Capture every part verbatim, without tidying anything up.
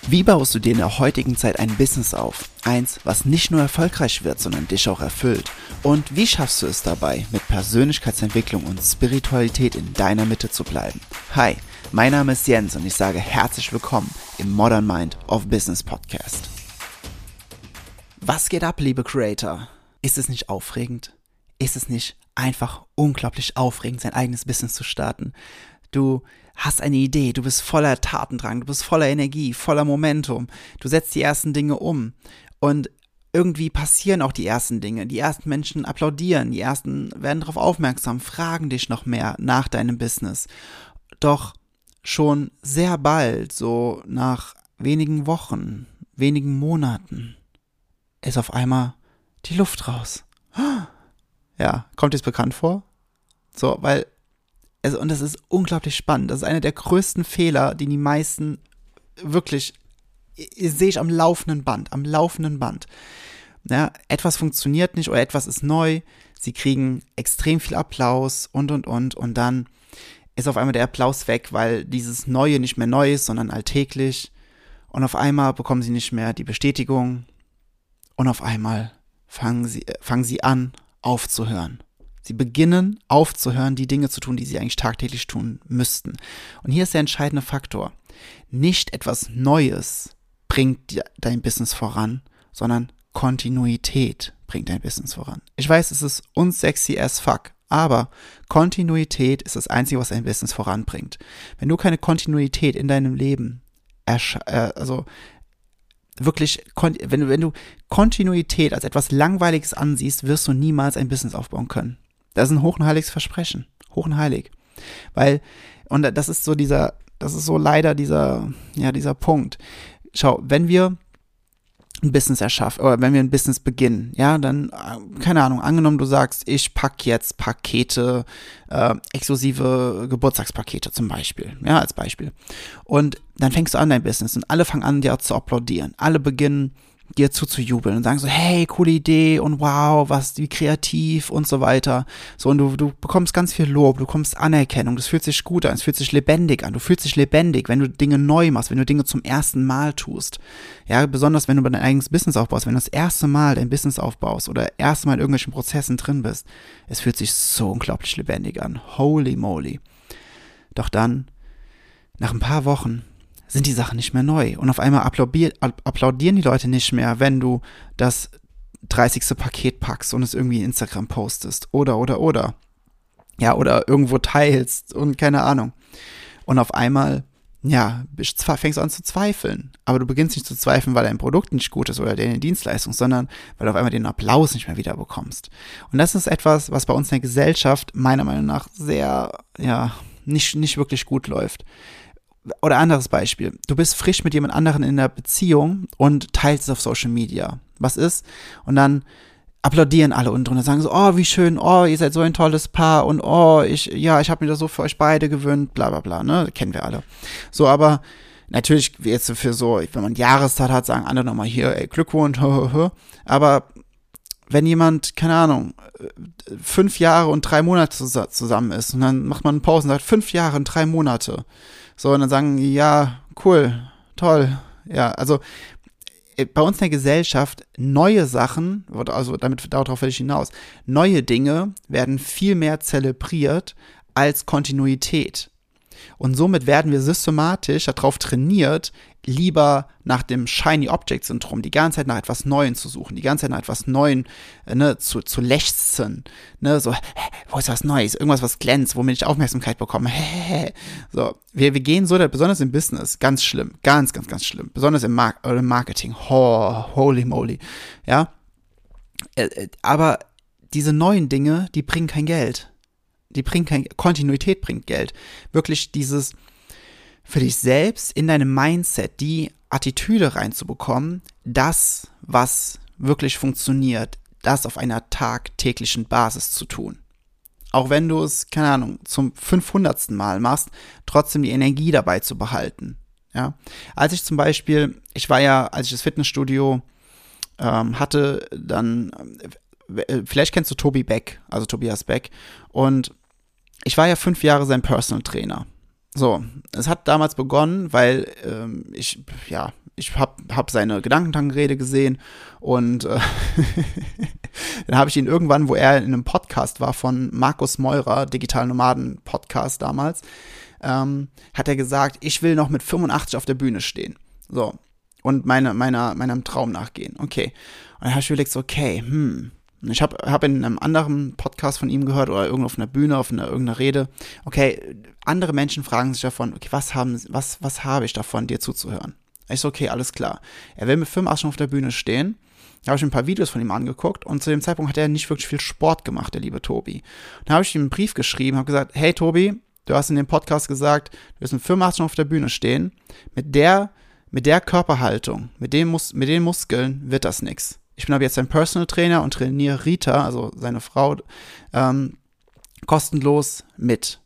Wie baust du dir in der heutigen Zeit ein Business auf? Eins, was nicht nur erfolgreich wird, sondern dich auch erfüllt. Und wie schaffst du es dabei, mit Persönlichkeitsentwicklung und Spiritualität in deiner Mitte zu bleiben? Hi, mein Name ist Jens und ich sage herzlich willkommen im Modern Mind of Business Podcast. Was geht ab, liebe Creator? Ist es nicht aufregend? Ist es nicht einfach unglaublich aufregend, sein eigenes Business zu starten? Du hast eine Idee, du bist voller Tatendrang, du bist voller Energie, voller Momentum, du setzt die ersten Dinge um und irgendwie passieren auch die ersten Dinge, die ersten Menschen applaudieren, die ersten werden darauf aufmerksam, fragen dich noch mehr nach deinem Business. Doch schon sehr bald, so nach wenigen Wochen, wenigen Monaten, ist auf einmal die Luft raus. Ja, kommt dir das bekannt vor? So, weil Also, und das ist unglaublich spannend. Das ist einer der größten Fehler, die die meisten wirklich, sehe ich am laufenden Band, am laufenden Band. Ja, etwas funktioniert nicht oder etwas ist neu, sie kriegen extrem viel Applaus und, und, und. Und dann ist auf einmal der Applaus weg, weil dieses Neue nicht mehr neu ist, sondern alltäglich. Und auf einmal bekommen sie nicht mehr die Bestätigung. Und auf einmal fangen sie, fangen sie an, aufzuhören. Sie beginnen aufzuhören, die Dinge zu tun, die sie eigentlich tagtäglich tun müssten. Und hier ist der entscheidende Faktor. Nicht etwas Neues bringt dein Business voran, sondern Kontinuität bringt dein Business voran. Ich weiß, es ist unsexy as fuck, aber Kontinuität ist das Einzige, was dein Business voranbringt. Wenn du keine Kontinuität in deinem Leben, ersch- äh, also wirklich, wenn du, wenn du Kontinuität als etwas Langweiliges ansiehst, wirst du niemals ein Business aufbauen können. Das ist ein hoch und heiliges Versprechen. Hoch und heilig. Weil, und das ist so dieser, das ist so leider dieser, ja, dieser Punkt. Schau, wenn wir ein Business erschaffen, oder wenn wir ein Business beginnen, ja, dann, keine Ahnung, angenommen, du sagst, ich pack jetzt Pakete, äh, exklusive Geburtstagspakete zum Beispiel, ja, als Beispiel. Und dann fängst du an dein Business und alle fangen an, dir zu applaudieren. Alle beginnen, dir zuzujubeln und sagen so, hey, coole Idee und wow, was, wie kreativ und so weiter. So, und du, du bekommst ganz viel Lob, du bekommst Anerkennung, das fühlt sich gut an, es fühlt sich lebendig an, du fühlst dich lebendig, wenn du Dinge neu machst, wenn du Dinge zum ersten Mal tust. Ja, besonders wenn du dein eigenes Business aufbaust, wenn du das erste Mal dein Business aufbaust oder erste Mal in irgendwelchen Prozessen drin bist, es fühlt sich so unglaublich lebendig an. Holy moly. Doch dann, nach ein paar Wochen, sind die Sachen nicht mehr neu. Und auf einmal applaudier, applaudieren die Leute nicht mehr, wenn du das dreißigste Paket packst und es irgendwie in Instagram postest. Oder, oder, oder. Ja, oder irgendwo teilst und keine Ahnung. Und auf einmal, ja, fängst du an zu zweifeln. Aber du beginnst nicht zu zweifeln, weil dein Produkt nicht gut ist oder deine Dienstleistung, sondern weil du auf einmal den Applaus nicht mehr wieder bekommst. Und das ist etwas, was bei uns in der Gesellschaft meiner Meinung nach sehr, ja, nicht, nicht wirklich gut läuft. Oder anderes Beispiel, du bist frisch mit jemand anderen in der Beziehung und teilst es auf Social Media. Was ist? Und dann applaudieren alle unten drunter, sagen so, oh, wie schön, oh, ihr seid so ein tolles Paar und oh, ich, ja, ich habe mir das so für euch beide gewünscht, bla bla bla, ne, kennen wir alle. So, aber natürlich jetzt für so, wenn man Jahrestag hat, sagen andere nochmal hier, ey, Glückwunsch, aber wenn jemand, keine Ahnung, fünf Jahre und drei Monate zusammen ist und dann macht man einen Pause und sagt, fünf Jahre und drei Monate, so, und dann sagen, ja, cool, toll, ja, also bei uns in der Gesellschaft, neue Sachen, also damit, darauf will ich hinaus, neue Dinge werden viel mehr zelebriert als Kontinuität. Und somit werden wir systematisch darauf trainiert, lieber nach dem Shiny Object Syndrom, die ganze Zeit nach etwas Neuem zu suchen, die ganze Zeit nach etwas Neuem ne, zu, zu lechzen. Ne, so, wo ist was Neues? Irgendwas, was glänzt, womit ich Aufmerksamkeit bekomme. So, wir, wir gehen so, besonders im Business, ganz schlimm, ganz, ganz, ganz schlimm. Besonders im, Mar- oder im Marketing. Oh, holy moly. Ja, aber diese neuen Dinge, die bringen kein Geld. Die bringen kein, Kontinuität bringt Geld. Wirklich dieses für dich selbst in deinem Mindset die Attitüde reinzubekommen, das, was wirklich funktioniert, das auf einer tagtäglichen Basis zu tun. Auch wenn du es, keine Ahnung, zum fünfhundertsten Mal machst, trotzdem die Energie dabei zu behalten. Ja? Als ich zum Beispiel, ich war ja, als ich das Fitnessstudio ähm, hatte, dann, äh, vielleicht kennst du Tobi Beck, also Tobias Beck, und ich war ja fünf Jahre sein Personal Trainer. So, es hat damals begonnen, weil ähm, ich, ja, ich habe hab seine Gedankentankrede gesehen und äh, dann habe ich ihn irgendwann, wo er in einem Podcast war von Markus Meurer, Digital Nomaden Podcast damals, ähm, hat er gesagt, ich will noch mit fünfundachtzig auf der Bühne stehen. So. Und meine, meiner, meinem Traum nachgehen. Okay. Und dann habe ich überlegt, so, okay, hm. Ich habe hab in einem anderen Podcast von ihm gehört oder irgendwo auf einer Bühne, auf einer irgendeiner Rede, okay, andere Menschen fragen sich davon, okay, was haben, was, was habe ich davon, dir zuzuhören? Ich so, okay, alles klar. Er will mit fünfundachtzig schon auf der Bühne stehen. Da habe ich mir ein paar Videos von ihm angeguckt und zu dem Zeitpunkt hat er nicht wirklich viel Sport gemacht, der liebe Tobi. Dann habe ich ihm einen Brief geschrieben, habe gesagt, hey Tobi, du hast in dem Podcast gesagt, du wirst mit fünfundachtzig schon auf der Bühne stehen. Mit der, mit der Körperhaltung, mit, dem Mus- mit den Muskeln wird das nix. Ich bin aber jetzt ein Personal Trainer und trainiere Rita, also seine Frau, ähm, kostenlos mit.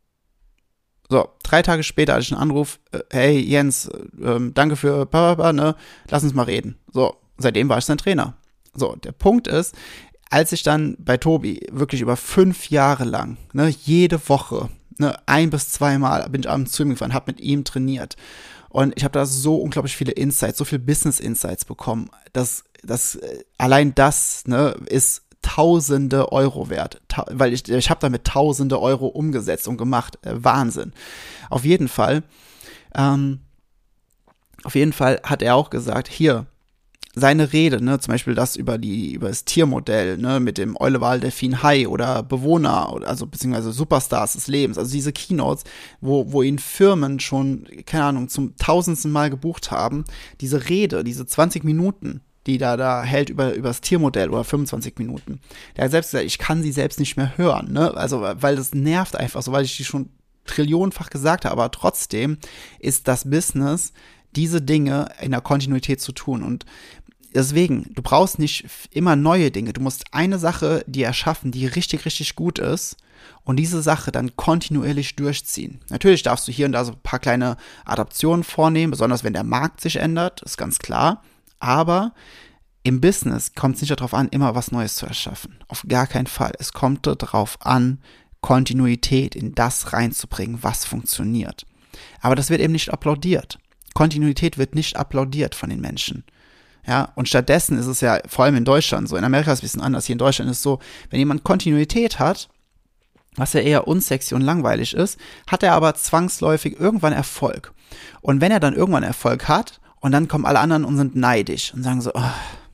So, drei Tage später hatte ich einen Anruf, äh, hey Jens, ähm, danke für, ne, lass uns mal reden. So, seitdem war ich sein Trainer. So, der Punkt ist, als ich dann bei Tobi wirklich über fünf Jahre lang, ne, jede Woche, ne, ein bis zweimal bin ich abends zu ihm gefahren, habe mit ihm trainiert. Und ich habe da so unglaublich viele Insights, so viele Business-Insights bekommen, dass, dass äh, allein das, ne, ist Tausende Euro wert, Ta- weil ich, ich habe damit Tausende Euro umgesetzt und gemacht, äh, Wahnsinn. Auf jeden Fall, ähm, auf jeden Fall hat er auch gesagt, hier, seine Rede, ne, zum Beispiel das über die, über das Tiermodell, ne, mit dem Eulewal, Delfin, Hai oder Bewohner, also beziehungsweise Superstars des Lebens, also diese Keynotes, wo, wo ihn Firmen schon, keine Ahnung, zum tausendsten Mal gebucht haben, diese Rede, diese zwanzig Minuten, die da da hält über, über das Tiermodell oder fünfundzwanzig Minuten. Der hat selbst gesagt, ich kann sie selbst nicht mehr hören, ne, also, weil das nervt einfach so, weil ich die schon trillionenfach gesagt habe, aber trotzdem ist das Business, diese Dinge in der Kontinuität zu tun und deswegen, du brauchst nicht immer neue Dinge, du musst eine Sache dir erschaffen, die richtig, richtig gut ist und diese Sache dann kontinuierlich durchziehen. Natürlich darfst du hier und da so ein paar kleine Adaptionen vornehmen, besonders wenn der Markt sich ändert, ist ganz klar, aber im Business kommt es nicht darauf an, immer was Neues zu erschaffen. Auf gar keinen Fall. Es kommt darauf an, Kontinuität in das reinzubringen, was funktioniert. Aber das wird eben nicht applaudiert. Kontinuität wird nicht applaudiert von den Menschen. Ja, und stattdessen ist es ja vor allem in Deutschland so, in Amerika ist es ein bisschen anders, hier in Deutschland ist es so, wenn jemand Kontinuität hat, was ja eher unsexy und langweilig ist, hat er aber zwangsläufig irgendwann Erfolg. Und wenn er dann irgendwann Erfolg hat und dann kommen alle anderen und sind neidisch und sagen so, oh,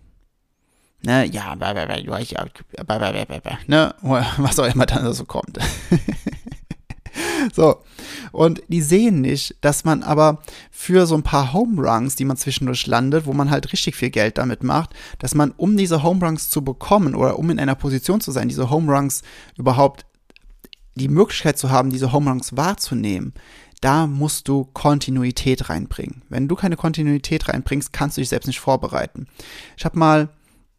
ne, ja, ne, was auch immer dann so kommt. So, und die sehen nicht, dass man aber für so ein paar Home Runs, die man zwischendurch landet, wo man halt richtig viel Geld damit macht, dass man, um diese Home Runs zu bekommen oder um in einer Position zu sein, diese Home Runs überhaupt die Möglichkeit zu haben, diese Home Runs wahrzunehmen, da musst du Kontinuität reinbringen. Wenn du keine Kontinuität reinbringst, kannst du dich selbst nicht vorbereiten. Ich habe mal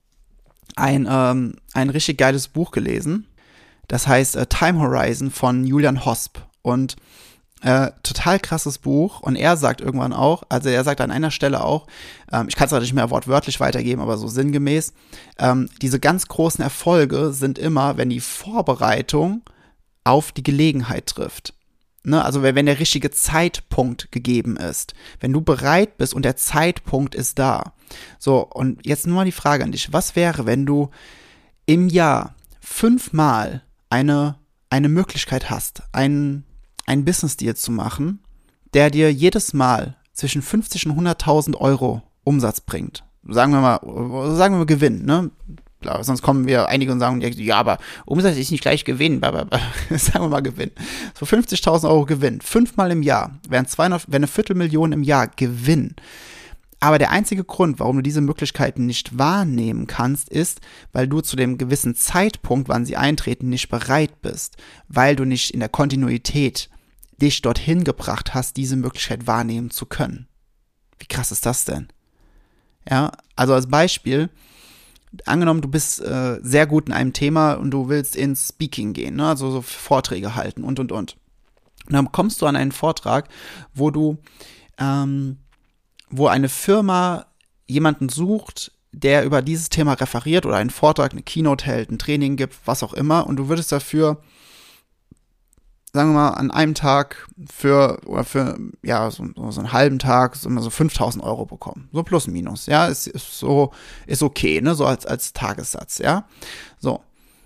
ein, ähm, ein richtig geiles Buch gelesen. Das heißt äh, Time Horizon von Julian Hosp. Und äh, total krasses Buch. Und er sagt irgendwann auch, also er sagt an einer Stelle auch, ähm, ich kann es auch nicht mehr wortwörtlich weitergeben, aber so sinngemäß, ähm, diese ganz großen Erfolge sind immer, wenn die Vorbereitung auf die Gelegenheit trifft. Ne? Also wenn der richtige Zeitpunkt gegeben ist. Wenn du bereit bist und der Zeitpunkt ist da. So, und jetzt nur mal die Frage an dich. Was wäre, wenn du im Jahr fünfmal eine, eine Möglichkeit hast, einen, einen Business-Deal zu machen, der dir jedes Mal zwischen fünfzig und hunderttausend Euro Umsatz bringt. Sagen wir mal, sagen wir mal Gewinn, ne? Klar, sonst kommen wir einige und sagen, ja, aber Umsatz ist nicht gleich Gewinn, sagen wir mal Gewinn. So fünfzigtausend Euro Gewinn, fünfmal im Jahr, wären zweihundert, wäre eine Viertelmillion im Jahr Gewinn. Aber der einzige Grund, warum du diese Möglichkeiten nicht wahrnehmen kannst, ist, weil du zu dem gewissen Zeitpunkt, wann sie eintreten, nicht bereit bist, weil du nicht in der Kontinuität dich dorthin gebracht hast, diese Möglichkeit wahrnehmen zu können. Wie krass ist das denn? Ja, also als Beispiel, angenommen, du bist äh, sehr gut in einem Thema und du willst ins Speaking gehen, ne? Also so Vorträge halten und, und, und. Und dann kommst du an einen Vortrag, wo du, ähm, wo eine Firma jemanden sucht, der über dieses Thema referiert oder einen Vortrag, eine Keynote hält, ein Training gibt, was auch immer, und du würdest dafür sagen wir mal, an einem Tag für, oder für, ja, so, so einen halben Tag so, so fünftausend Euro bekommen. So plus minus, ja, ist, ist so, ist okay, ne, so als, als Tagessatz, ja. So.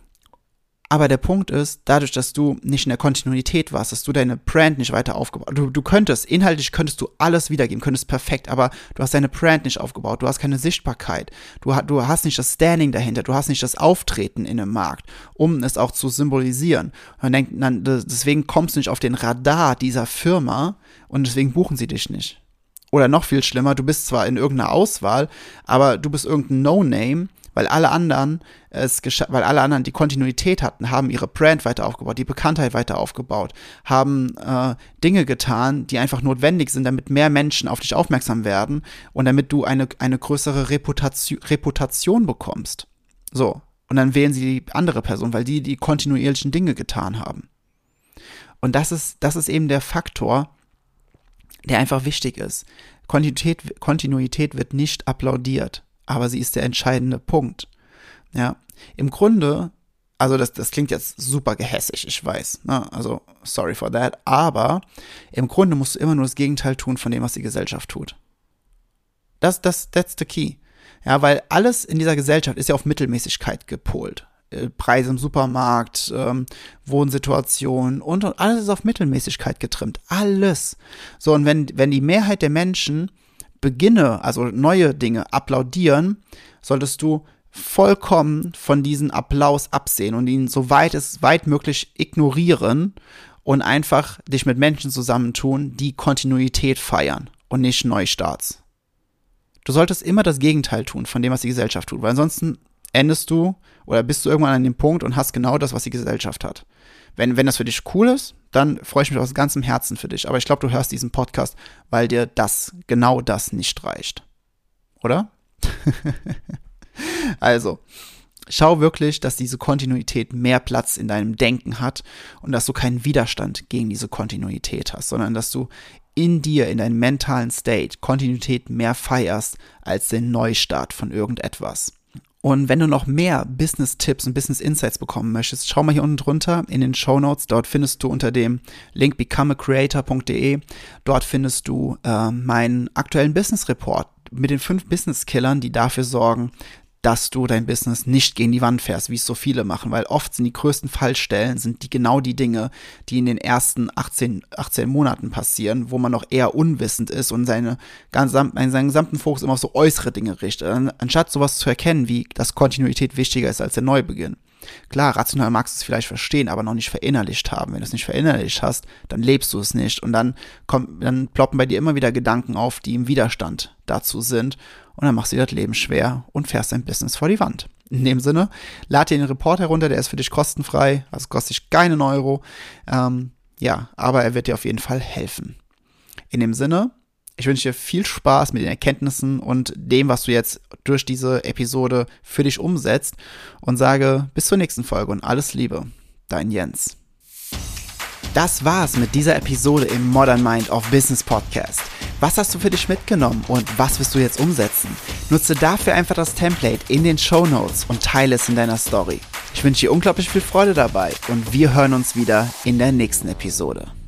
Aber der Punkt ist, dadurch, dass du nicht in der Kontinuität warst, dass du deine Brand nicht weiter aufgebaut hast, du, du könntest, inhaltlich könntest du alles wiedergeben, könntest perfekt, aber du hast deine Brand nicht aufgebaut, du hast keine Sichtbarkeit, du, du hast nicht das Standing dahinter, du hast nicht das Auftreten in einem Markt, um es auch zu symbolisieren. Man denkt, dann, deswegen kommst du nicht auf den Radar dieser Firma und deswegen buchen sie dich nicht. Oder noch viel schlimmer, du bist zwar in irgendeiner Auswahl, aber du bist irgendein No-Name, weil alle anderen es gescha- weil alle anderen die Kontinuität hatten, haben ihre Brand weiter aufgebaut, die Bekanntheit weiter aufgebaut, haben äh, Dinge getan, die einfach notwendig sind, damit mehr Menschen auf dich aufmerksam werden und damit du eine, eine größere Reputation, Reputation bekommst. So, und dann wählen sie die andere Person, weil die die kontinuierlichen Dinge getan haben. Und das ist, das ist eben der Faktor, der einfach wichtig ist. Kontinuität, Kontinuität wird nicht applaudiert, aber sie ist der entscheidende Punkt. Ja, im Grunde, also das, das klingt jetzt super gehässig, ich weiß, ne? Also sorry for that, aber im Grunde musst du immer nur das Gegenteil tun von dem, was die Gesellschaft tut. Das, das, that's the key. Ja, weil alles in dieser Gesellschaft ist ja auf Mittelmäßigkeit gepolt. Preise im Supermarkt, ähm, Wohnsituation und, und alles ist auf Mittelmäßigkeit getrimmt. Alles. So, und wenn, wenn die Mehrheit der Menschen beginne, also neue Dinge applaudieren, solltest du vollkommen von diesem Applaus absehen und ihn so weit es weit möglich ignorieren und einfach dich mit Menschen zusammentun, die Kontinuität feiern und nicht Neustarts. Du solltest immer das Gegenteil tun von dem, was die Gesellschaft tut, weil ansonsten endest du oder bist du irgendwann an dem Punkt und hast genau das, was die Gesellschaft hat. Wenn, wenn das für dich cool ist, dann freue ich mich aus ganzem Herzen für dich. Aber ich glaube, du hörst diesen Podcast, weil dir das, genau das nicht reicht. Oder? Also, schau wirklich, dass diese Kontinuität mehr Platz in deinem Denken hat und dass du keinen Widerstand gegen diese Kontinuität hast, sondern dass du in dir, in deinem mentalen State, Kontinuität mehr feierst als den Neustart von irgendetwas. Und wenn du noch mehr Business-Tipps und Business-Insights bekommen möchtest, schau mal hier unten drunter in den Shownotes. Dort findest du unter dem Link become a creator punkt de, dort findest du äh, meinen aktuellen Business-Report mit den fünf Business-Killern, die dafür sorgen, dass du dein Business nicht gegen die Wand fährst, wie es so viele machen, weil oft sind die größten Fallstellen, sind die genau die Dinge, die in den ersten achtzehn, achtzehn Monaten passieren, wo man noch eher unwissend ist und seine, ganz, seinen gesamten Fokus immer auf so äußere Dinge richtet, anstatt sowas zu erkennen, wie dass Kontinuität wichtiger ist als der Neubeginn. Klar, rational magst du es vielleicht verstehen, aber noch nicht verinnerlicht haben. Wenn du es nicht verinnerlicht hast, dann lebst du es nicht und dann kommt, dann ploppen bei dir immer wieder Gedanken auf, die im Widerstand dazu sind und dann machst du dir das Leben schwer und fährst dein Business vor die Wand. In dem Sinne, lad dir den Report herunter, der ist für dich kostenfrei, also kostet dich keinen Euro, ähm, ja, aber er wird dir auf jeden Fall helfen. In dem Sinne, ich wünsche dir viel Spaß mit den Erkenntnissen und dem, was du jetzt durch diese Episode für dich umsetzt und sage bis zur nächsten Folge und alles Liebe, dein Jens. Das war's mit dieser Episode im Modern Mind of Business Podcast. Was hast du für dich mitgenommen und was wirst du jetzt umsetzen? Nutze dafür einfach das Template in den Shownotes und teile es in deiner Story. Ich wünsche dir unglaublich viel Freude dabei und wir hören uns wieder in der nächsten Episode.